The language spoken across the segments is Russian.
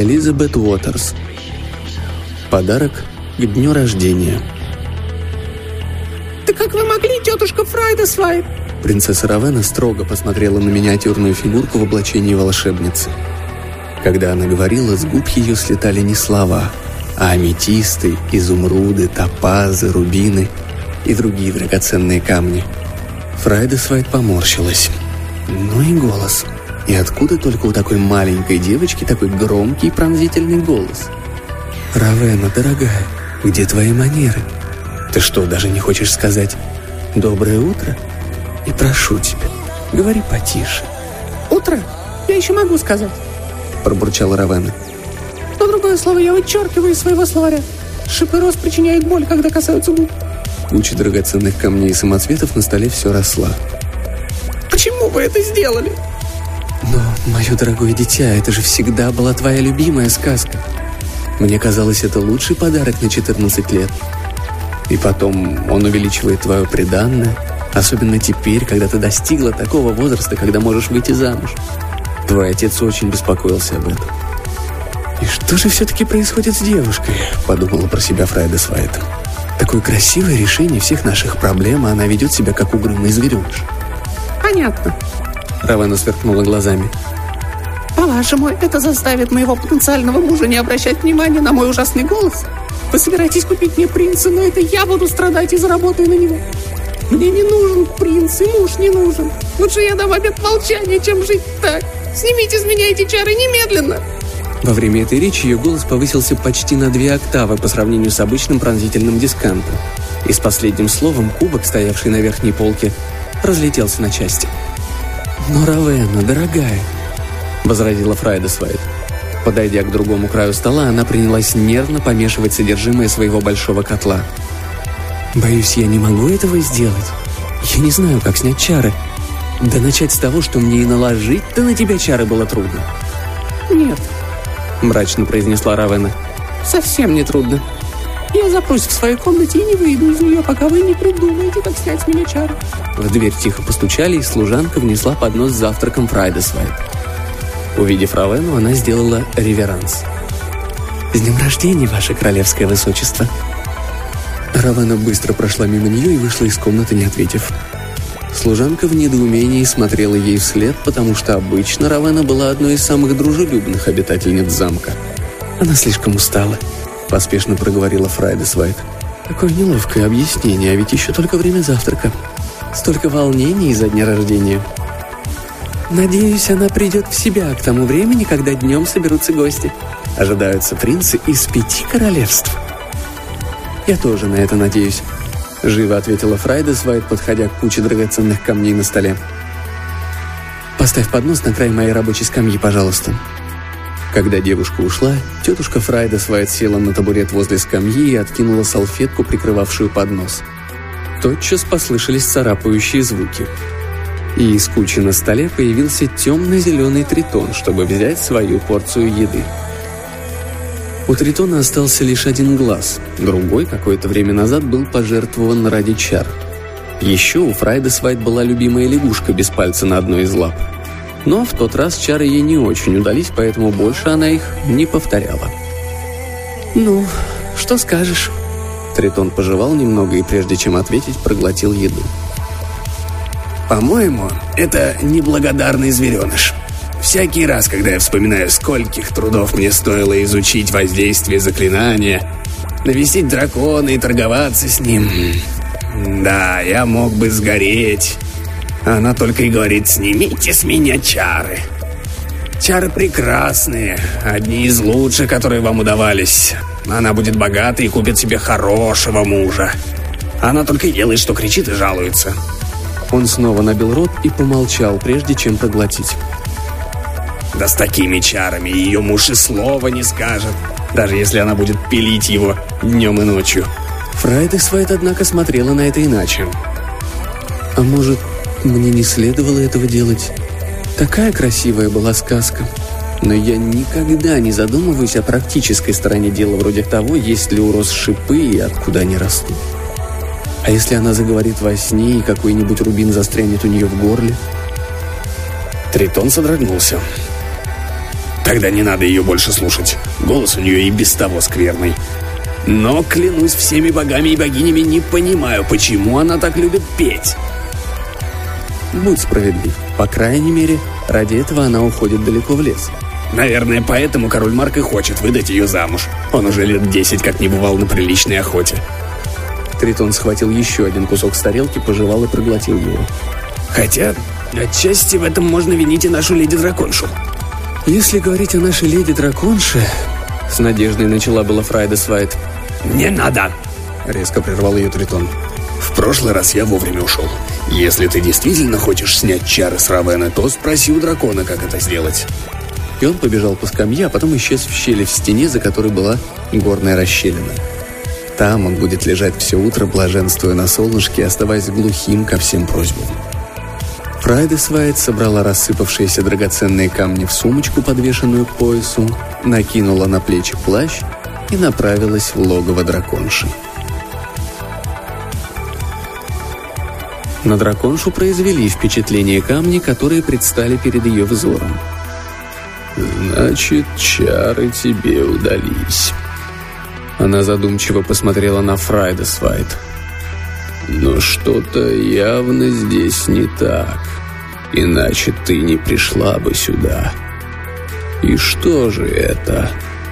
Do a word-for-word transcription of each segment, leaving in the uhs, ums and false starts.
Элизабет Уотерс. Подарок к дню рождения. «Да как вы могли, тетушка Фрайдесвайт?» Принцесса Равена строго посмотрела на миниатюрную фигурку в облачении волшебницы. Когда она говорила, с губ ее слетали не слова, а аметисты, изумруды, топазы, рубины и другие драгоценные камни. Фрайдесвайт поморщилась. Ну и голос. И откуда только у такой маленькой девочки такой громкий пронзительный голос? «Равена, дорогая, где твои манеры? Ты что, даже не хочешь сказать «доброе утро»? И прошу тебя, говори потише». «Утро? Я еще могу сказать», — пробурчала Равена. «Но другое слово я вычеркиваю из своего словаря. Шипы роз причиняют боль, когда касаются губ». Куча драгоценных камней и самоцветов на столе все росла. «Почему вы это сделали?» «Но, мое дорогое дитя, это же всегда была твоя любимая сказка. Мне казалось, это лучший подарок на четырнадцать лет. И потом он увеличивает твое приданное, особенно теперь, когда ты достигла такого возраста, когда можешь выйти замуж. Твой отец очень беспокоился об этом». «И что же все-таки происходит с девушкой?» — подумала про себя Фрайдесвайт. «Такое красивое решение всех наших проблем, а она ведет себя как угрюмый звереныш». «Понятно», — Равена сверкнула глазами. «По-вашему, это заставит моего потенциального мужа не обращать внимания на мой ужасный голос? Вы собираетесь купить мне принца, но это я буду страдать и заработаю на него. Мне не нужен принц, и муж не нужен. Лучше я дам обет молчания, чем жить так. Снимите с меня эти чары немедленно!» Во время этой речи ее голос повысился почти на две октавы по сравнению с обычным пронзительным дискантом. И с последним словом кубок, стоявший на верхней полке, разлетелся на части. «Но, Равена, дорогая», — возразила Фрайдесвайт. Подойдя к другому краю стола, она принялась нервно помешивать содержимое своего большого котла. «Боюсь, я не могу этого сделать. Я не знаю, как снять чары. Да начать с того, что мне и наложить-то на тебя чары было трудно». «Нет», — мрачно произнесла Равена. «Совсем не трудно. Я запрусь в своей комнате и не выйду из нее, пока вы не придумаете, как снять с меня чары». В дверь тихо постучали, и служанка внесла поднос с завтраком Фрайдесвайт. Увидев Равену, она сделала реверанс. «С днем рождения, ваше королевское высочество!» Равена быстро прошла мимо нее и вышла из комнаты, не ответив. Служанка в недоумении смотрела ей вслед, потому что обычно Равена была одной из самых дружелюбных обитательниц замка. «Она слишком устала», — поспешно проговорила Фрайдесвайт. «Какое неловкое объяснение, а ведь еще только время завтрака. Столько волнений из-за дня рождения». «Надеюсь, она придет в себя к тому времени, когда днем соберутся гости. Ожидаются принцы из пяти королевств». «Я тоже на это надеюсь», — живо ответила Фрайдесвайт, подходя к куче драгоценных камней на столе. «Поставь поднос на край моей рабочей скамьи, пожалуйста». Когда девушка ушла, тетушка Фрайдесвайт села на табурет возле скамьи и откинула салфетку, прикрывавшую поднос. Тотчас послышались царапающие звуки. И из кучи на столе появился темно-зеленый тритон, чтобы взять свою порцию еды. У тритона остался лишь один глаз, другой какое-то время назад был пожертвован ради чар. Еще у Фрайдесвайт была любимая лягушка без пальца на одной из лап. Но в тот раз чары ей не очень удались, поэтому больше она их не повторяла. «Ну, что скажешь?» Тритон пожевал немного и, прежде чем ответить, проглотил еду. «По-моему, это неблагодарный звереныш. Всякий раз, когда я вспоминаю, скольких трудов мне стоило изучить воздействие заклинания, навестить дракона и торговаться с ним. Да, я мог бы сгореть. Она только и говорит: снимите с меня чары. Чары прекрасные, одни из лучших, которые вам удавались. Она будет богатой и купит себе хорошего мужа. Она только и делает, что кричит и жалуется». Он снова набил рот и помолчал, прежде чем проглотить. «Да с такими чарами ее муж и слова не скажет, даже если она будет пилить его днем и ночью». Фрайдесвайт, однако, смотрела на это иначе. «А может, мне не следовало этого делать? Такая красивая была сказка. Но я никогда не задумываюсь о практической стороне дела, вроде того, есть ли у роз шипы и откуда они растут. А если она заговорит во сне, и какой-нибудь рубин застрянет у нее в горле?» Тритон содрогнулся. Тогда не надо ее больше слушать. Голос у нее и без того скверный. Но, клянусь всеми богами и богинями, не понимаю, почему она так любит петь. Будь справедлив. По крайней мере, ради этого она уходит далеко в лес. Наверное, поэтому король Марк и хочет выдать ее замуж. Он уже лет десять как не бывал на приличной охоте. Тритон схватил еще один кусок с тарелки, пожевал и проглотил его. Хотя, отчасти в этом можно винить и нашу леди-драконшу. Если говорить о нашей леди-драконше... С надеждой начала была Фрайдесвайт. «Не надо!» — резко прервал ее Тритон. «В прошлый раз я вовремя ушел. Если ты действительно хочешь снять чары с Равена, то спроси у дракона, как это сделать». И он побежал по скамье, а потом исчез в щели в стене, за которой была горная расщелина. Там он будет лежать все утро, блаженствуя на солнышке, оставаясь глухим ко всем просьбам. Фрайдесвайт собрала рассыпавшиеся драгоценные камни в сумочку, подвешенную к поясу, накинула на плечи плащ и направилась в логово драконши. На драконшу произвели впечатление камни, которые предстали перед ее взором. «Значит, чары тебе удались». Она задумчиво посмотрела на Фрайдесвайт. «Но что-то явно здесь не так. Иначе ты не пришла бы сюда. И что же это?»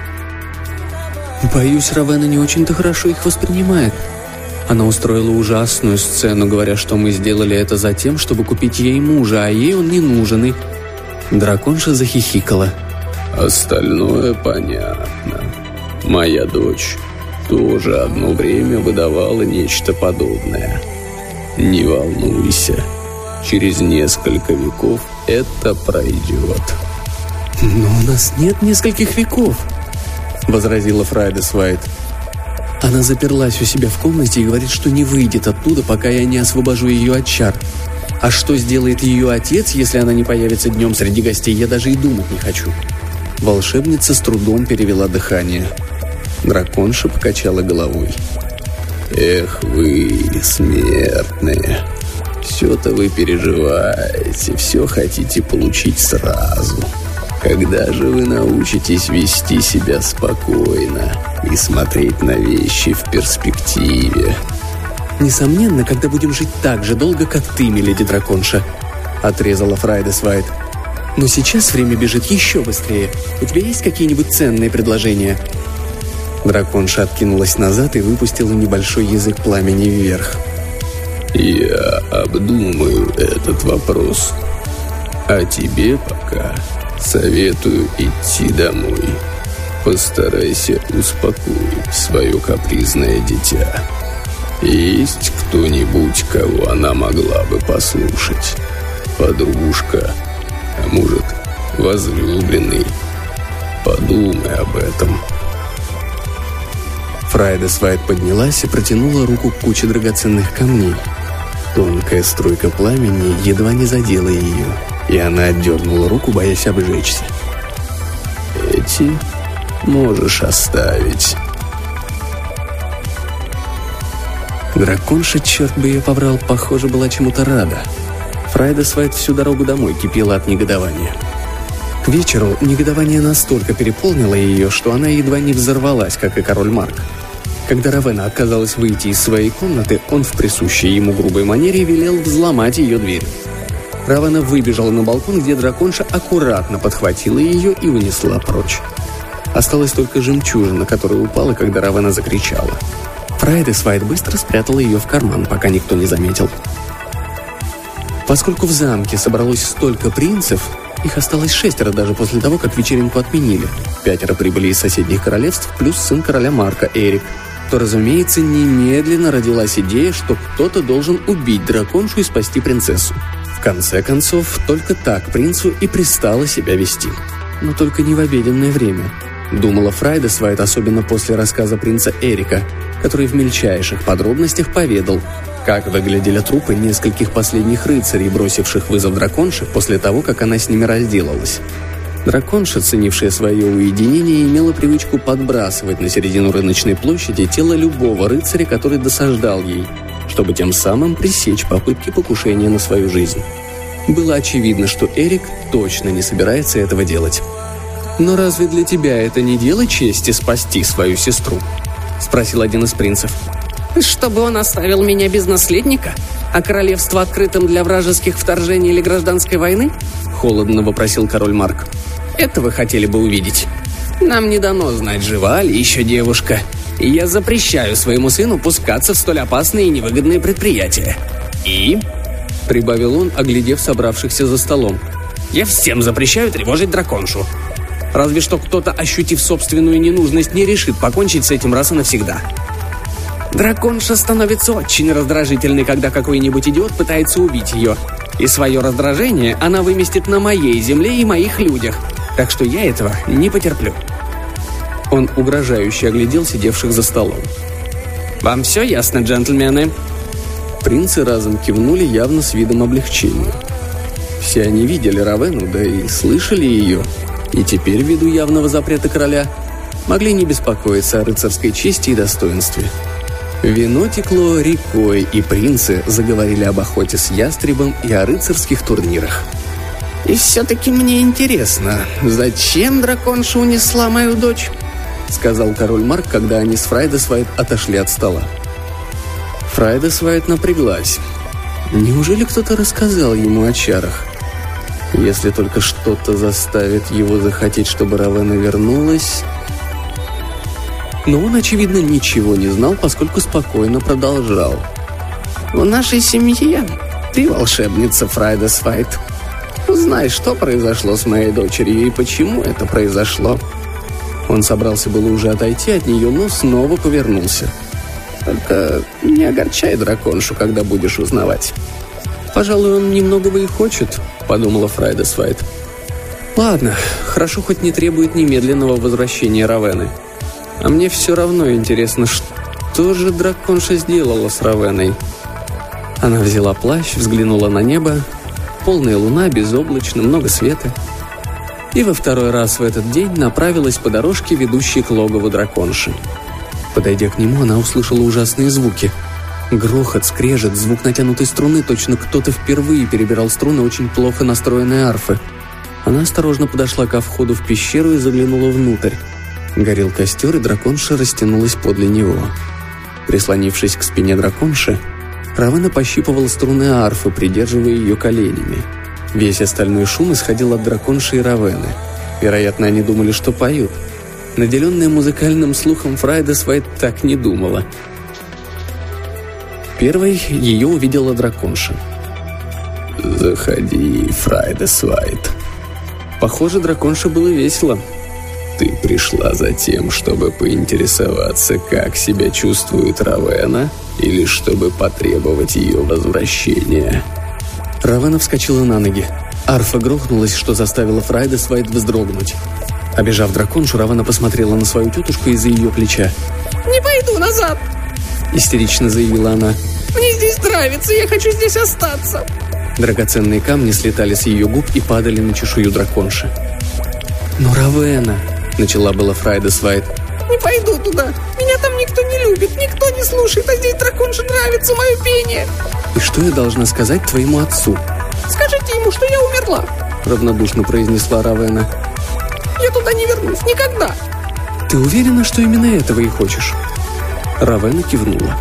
«Боюсь, Равена не очень-то хорошо их воспринимает. Она устроила ужасную сцену, говоря, что мы сделали это за тем, чтобы купить ей мужа, а ей он не нужен, и...» Драконша захихикала. «Остальное понятно. Моя дочь тоже одно время выдавала нечто подобное. Не волнуйся, через несколько веков это пройдет». «Но у нас нет нескольких веков», — возразила Фрайдесвайт. «Она заперлась у себя в комнате и говорит, что не выйдет оттуда, пока я не освобожу ее от чар. А что сделает ее отец, если она не появится днем среди гостей, я даже и думать не хочу». Волшебница с трудом перевела дыхание. Драконша покачала головой. «Эх вы, смертные, все-то вы переживаете, все хотите получить сразу. Когда же вы научитесь вести себя спокойно и смотреть на вещи в перспективе?» «Несомненно, когда будем жить так же долго, как ты, миледи-драконша», — отрезала Фрайдесвайт. «Но сейчас время бежит еще быстрее. У тебя есть какие-нибудь ценные предложения?» Драконша откинулась назад и выпустила небольшой язык пламени вверх. «Я обдумаю этот вопрос. А тебе пока советую идти домой. Постарайся успокоить свое капризное дитя. Есть кто-нибудь, кого она могла бы послушать? Подружка, а может, возлюбленный? Подумай об этом». Фрайдесвайт поднялась и протянула руку к куче драгоценных камней. Тонкая струйка пламени едва не задела ее, и она отдернула руку, боясь обжечься. «Эти можешь оставить». Драконша, черт бы ее побрал, похоже, была чему-то рада. Фрайдесвайт всю дорогу домой кипела от негодования. К вечеру негодование настолько переполнило ее, что она едва не взорвалась, как и король Марк. Когда Равена отказалась выйти из своей комнаты, он в присущей ему грубой манере велел взломать ее дверь. Равена выбежала на балкон, где драконша аккуратно подхватила ее и унесла прочь. Осталась только жемчужина, которая упала, когда Равена закричала. Фрайдесвайт быстро спрятала ее в карман, пока никто не заметил. Поскольку в замке собралось столько принцев, их осталось шестеро даже после того, как вечеринку отменили. Пятеро прибыли из соседних королевств, плюс сын короля Марка, Эрик, то, разумеется, немедленно родилась идея, что кто-то должен убить драконшу и спасти принцессу. В конце концов, только так принцу и пристало себя вести. Но только не в обеденное время. Думала Фрайдесвайт, особенно после рассказа принца Эрика, который в мельчайших подробностях поведал, как выглядели трупы нескольких последних рыцарей, бросивших вызов драконше после того, как она с ними разделалась. Драконша, ценившая свое уединение, имела привычку подбрасывать на середину рыночной площади тело любого рыцаря, который досаждал ей, чтобы тем самым пресечь попытки покушения на свою жизнь. Было очевидно, что Эрик точно не собирается этого делать. «Но разве для тебя это не дело чести спасти свою сестру?» — спросил один из принцев. «Чтобы он оставил меня без наследника? А королевство открытым для вражеских вторжений или гражданской войны?» — холодно вопросил король Марк. «Это вы хотели бы увидеть? Нам не дано знать, жива ли еще девушка. И я запрещаю своему сыну пускаться в столь опасные и невыгодные предприятия. И...» — прибавил он, оглядев собравшихся за столом. «Я всем запрещаю тревожить драконшу. Разве что кто-то, ощутив собственную ненужность, не решит покончить с этим раз и навсегда. Драконша становится очень раздражительной, когда какой-нибудь идиот пытается убить ее. И свое раздражение она выместит на моей земле и моих людях. Так что я этого не потерплю». Он угрожающе оглядел сидевших за столом. «Вам все ясно, джентльмены?» Принцы разом кивнули явно с видом облегчения. Все они видели Равенну, да и слышали ее, и теперь, ввиду явного запрета короля, могли не беспокоиться о рыцарской чести и достоинстве. Вино текло рекой, и принцы заговорили об охоте с ястребом и о рыцарских турнирах. «И все-таки мне интересно, зачем драконша унесла мою дочь?» — сказал король Марк, когда они с Фрайдесвайт отошли от стола. Фрайдесвайт напряглась. Неужели кто-то рассказал ему о чарах? Если только что-то заставит его захотеть, чтобы Равенна вернулась... Но он, очевидно, ничего не знал, поскольку спокойно продолжал. «В нашей семье ты волшебница, Фрайдесвайт. Узнай, что произошло с моей дочерью и почему это произошло». Он собрался было уже отойти от нее, но снова повернулся. «Только не огорчай драконшу, когда будешь узнавать». «Пожалуй, он немногого и хочет», — подумала Фрайдесвайт. «Ладно, хорошо, хоть не требует немедленного возвращения Равенны. А мне все равно интересно, что же драконша сделала с Равенной?» Она взяла плащ, взглянула на небо. Полная луна, безоблачно, много света. И во второй раз в этот день направилась по дорожке, ведущей к логову драконши. Подойдя к нему, она услышала ужасные звуки. Грохот, скрежет, звук натянутой струны, точно кто-то впервые перебирал струны очень плохо настроенной арфы. Она осторожно подошла ко входу в пещеру и заглянула внутрь. Горел костер, и драконша растянулась подле него. Прислонившись к спине драконши, Равенна пощипывала струны арфы, придерживая ее коленями. Весь остальной шум исходил от драконши и Равенны. Вероятно, они думали, что поют. Наделенная музыкальным слухом Фрайдесвайт так не думала. Первой ее увидела драконша. «Заходи, Фрайдесвайт». Похоже, драконше было весело. «Ты пришла за тем, чтобы поинтересоваться, как себя чувствует Равенна, или чтобы потребовать ее возвращения?» Равенна вскочила на ноги. Арфа грохнулась, что заставило Фрайдесвайт вздрогнуть. Обежав драконшу, Равенна посмотрела на свою тетушку из-за ее плеча. «Не пойду назад!» — истерично заявила она. «Мне здесь нравится, я хочу здесь остаться!» Драгоценные камни слетали с ее губ и падали на чешую драконши. «Но Равенна!» — начала была Фрайдесвайт. «Не пойду туда! Меня там никто не любит, никто не слушает, а здесь драконше нравится мое пение!» «И что я должна сказать твоему отцу?» «Скажите ему, что я умерла!» — равнодушно произнесла Равенна. «Я туда не вернусь, никогда!» «Ты уверена, что именно этого и хочешь?» Равенна кивнула.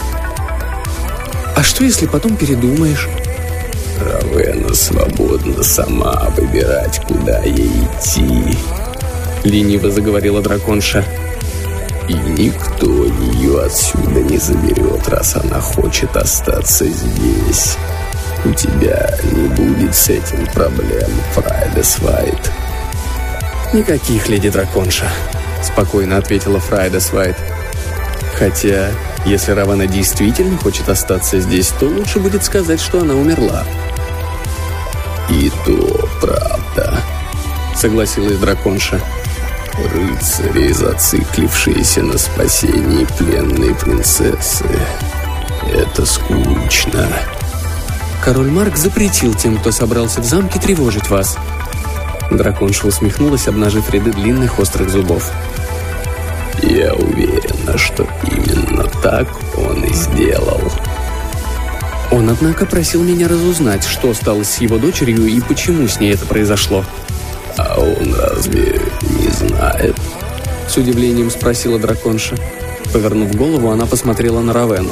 «А что, если потом передумаешь?» «Равенна свободна сама выбирать, куда ей идти», — лениво заговорила драконша. «И никто ее отсюда не заберет, раз она хочет остаться здесь. У тебя не будет с этим проблем, Фрайдесвайт». «Никаких, леди драконша», — спокойно ответила Фрайдесвайт. «Хотя, если Равенна действительно хочет остаться здесь, то лучше будет сказать, что она умерла». «И то правда», — согласилась драконша. «Рыцари, зациклившиеся на спасении пленной принцессы. Это скучно». «Король Марк запретил тем, кто собрался в замке, тревожить вас». Драконша усмехнулась, обнажив ряды длинных острых зубов. «Я уверена, что именно так он и сделал». «Он, однако, просил меня разузнать, что стало с его дочерью и почему с ней это произошло». «А он разве не знает?» — с удивлением спросила драконша. Повернув голову, она посмотрела на Равену.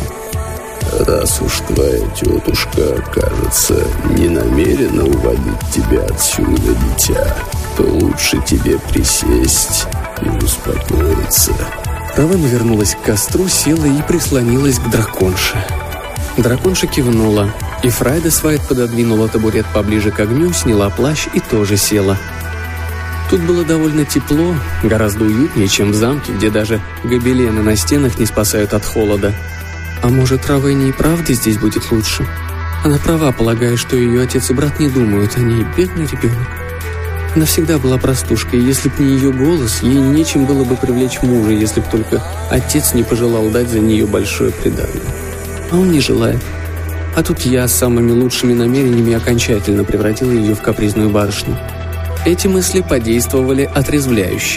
«Раз уж твоя тетушка, кажется, не намерена уводить тебя отсюда, дитя, то лучше тебе присесть и успокоиться». Равена вернулась к костру, села и прислонилась к драконше. Драконша кивнула, и Фрайдесвайт пододвинула табурет поближе к огню, сняла плащ и тоже села. Тут было довольно тепло, гораздо уютнее, чем в замке, где даже гобелены на стенах не спасают от холода. А может, Равене и правда здесь будет лучше? Она права, полагая, что ее отец и брат не думают о ней, бедный ребенок. Она всегда была простушкой, и если б не ее голос, ей нечем было бы привлечь мужа, если б только отец не пожелал дать за нее большое приданое. А он не желает. А тут я с самыми лучшими намерениями окончательно превратила ее в капризную барышню. Эти мысли подействовали отрезвляюще.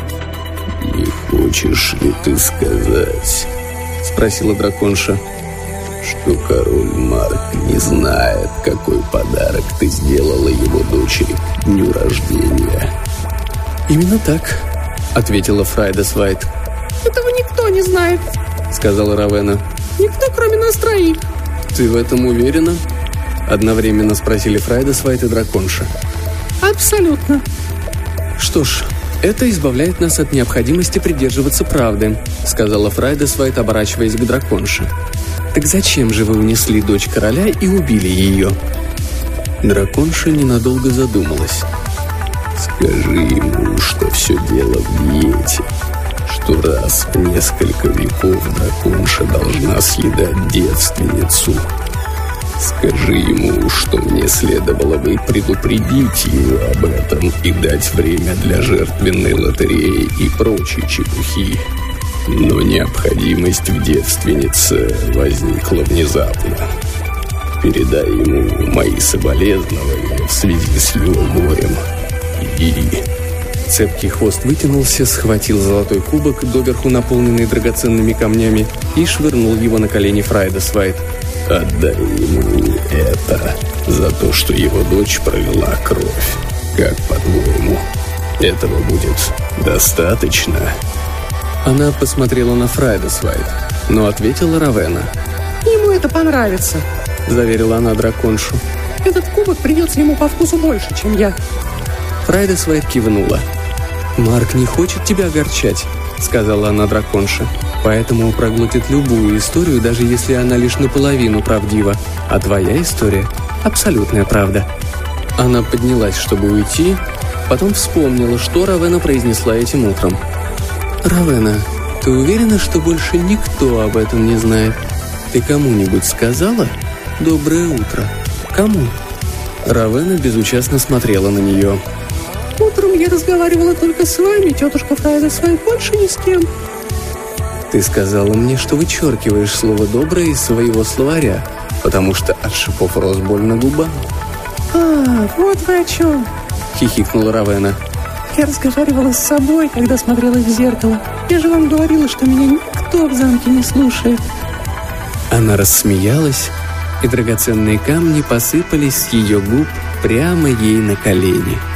«Не хочешь ли ты сказать, — спросила драконша, — что король Марк не знает, какой подарок ты сделала его дочери к дню рождения?» «Именно так», — ответила Фрайдесвайт. «Этого никто не знает», — сказала Равена. «Никто, кроме нас троих». «Ты в этом уверена?» — одновременно спросили Фрайдесвайт и драконша. «Абсолютно». «Что ж, это избавляет нас от необходимости придерживаться правды», — сказала Фрайдесвайт, оборачиваясь к драконше. «Так зачем же вы унесли дочь короля и убили ее?» Драконша ненадолго задумалась. «Скажи ему, что все дело в диете, что раз в несколько веков драконша должна съедать девственницу. Скажи ему, что мне следовало бы предупредить его об этом и дать время для жертвенной лотереи и прочей чепухи. Но необходимость в девственнице возникла внезапно. Передай ему мои соболезнования в связи с его горем. И...» Цепкий хвост вытянулся, схватил золотой кубок, доверху наполненный драгоценными камнями, и швырнул его на колени Фрайдесвайт. «Отдай ему это за то, что его дочь пролила кровь. Как, по-твоему, этого будет достаточно?» Она посмотрела на Фрайдесвайт, но ответила Равена. «Ему это понравится», — заверила она драконшу. «Этот кубок придется ему по вкусу больше, чем я». Фрайдесвайт кивнула. «Марк не хочет тебя огорчать», — сказала она драконше. «Поэтому проглотит любую историю, даже если она лишь наполовину правдива. А твоя история — абсолютная правда». Она поднялась, чтобы уйти, потом вспомнила, что Равена произнесла этим утром. «Равена, ты уверена, что больше никто об этом не знает? Ты кому-нибудь сказала «доброе утро»? Кому?» Равена безучастно смотрела на нее. «Утром я разговаривала только с вами, тетушка Фрайдесвайт, больше ни с кем». «Ты сказала мне, что вычеркиваешь слово «доброе» из своего словаря, потому что от шипов рос больно губам». «А, вот вы о чем», — хихикнула Равена. «Я разговаривала с собой, когда смотрела в зеркало. Я же вам говорила, что меня никто в замке не слушает». Она рассмеялась, и драгоценные камни посыпались с ее губ прямо ей на колени.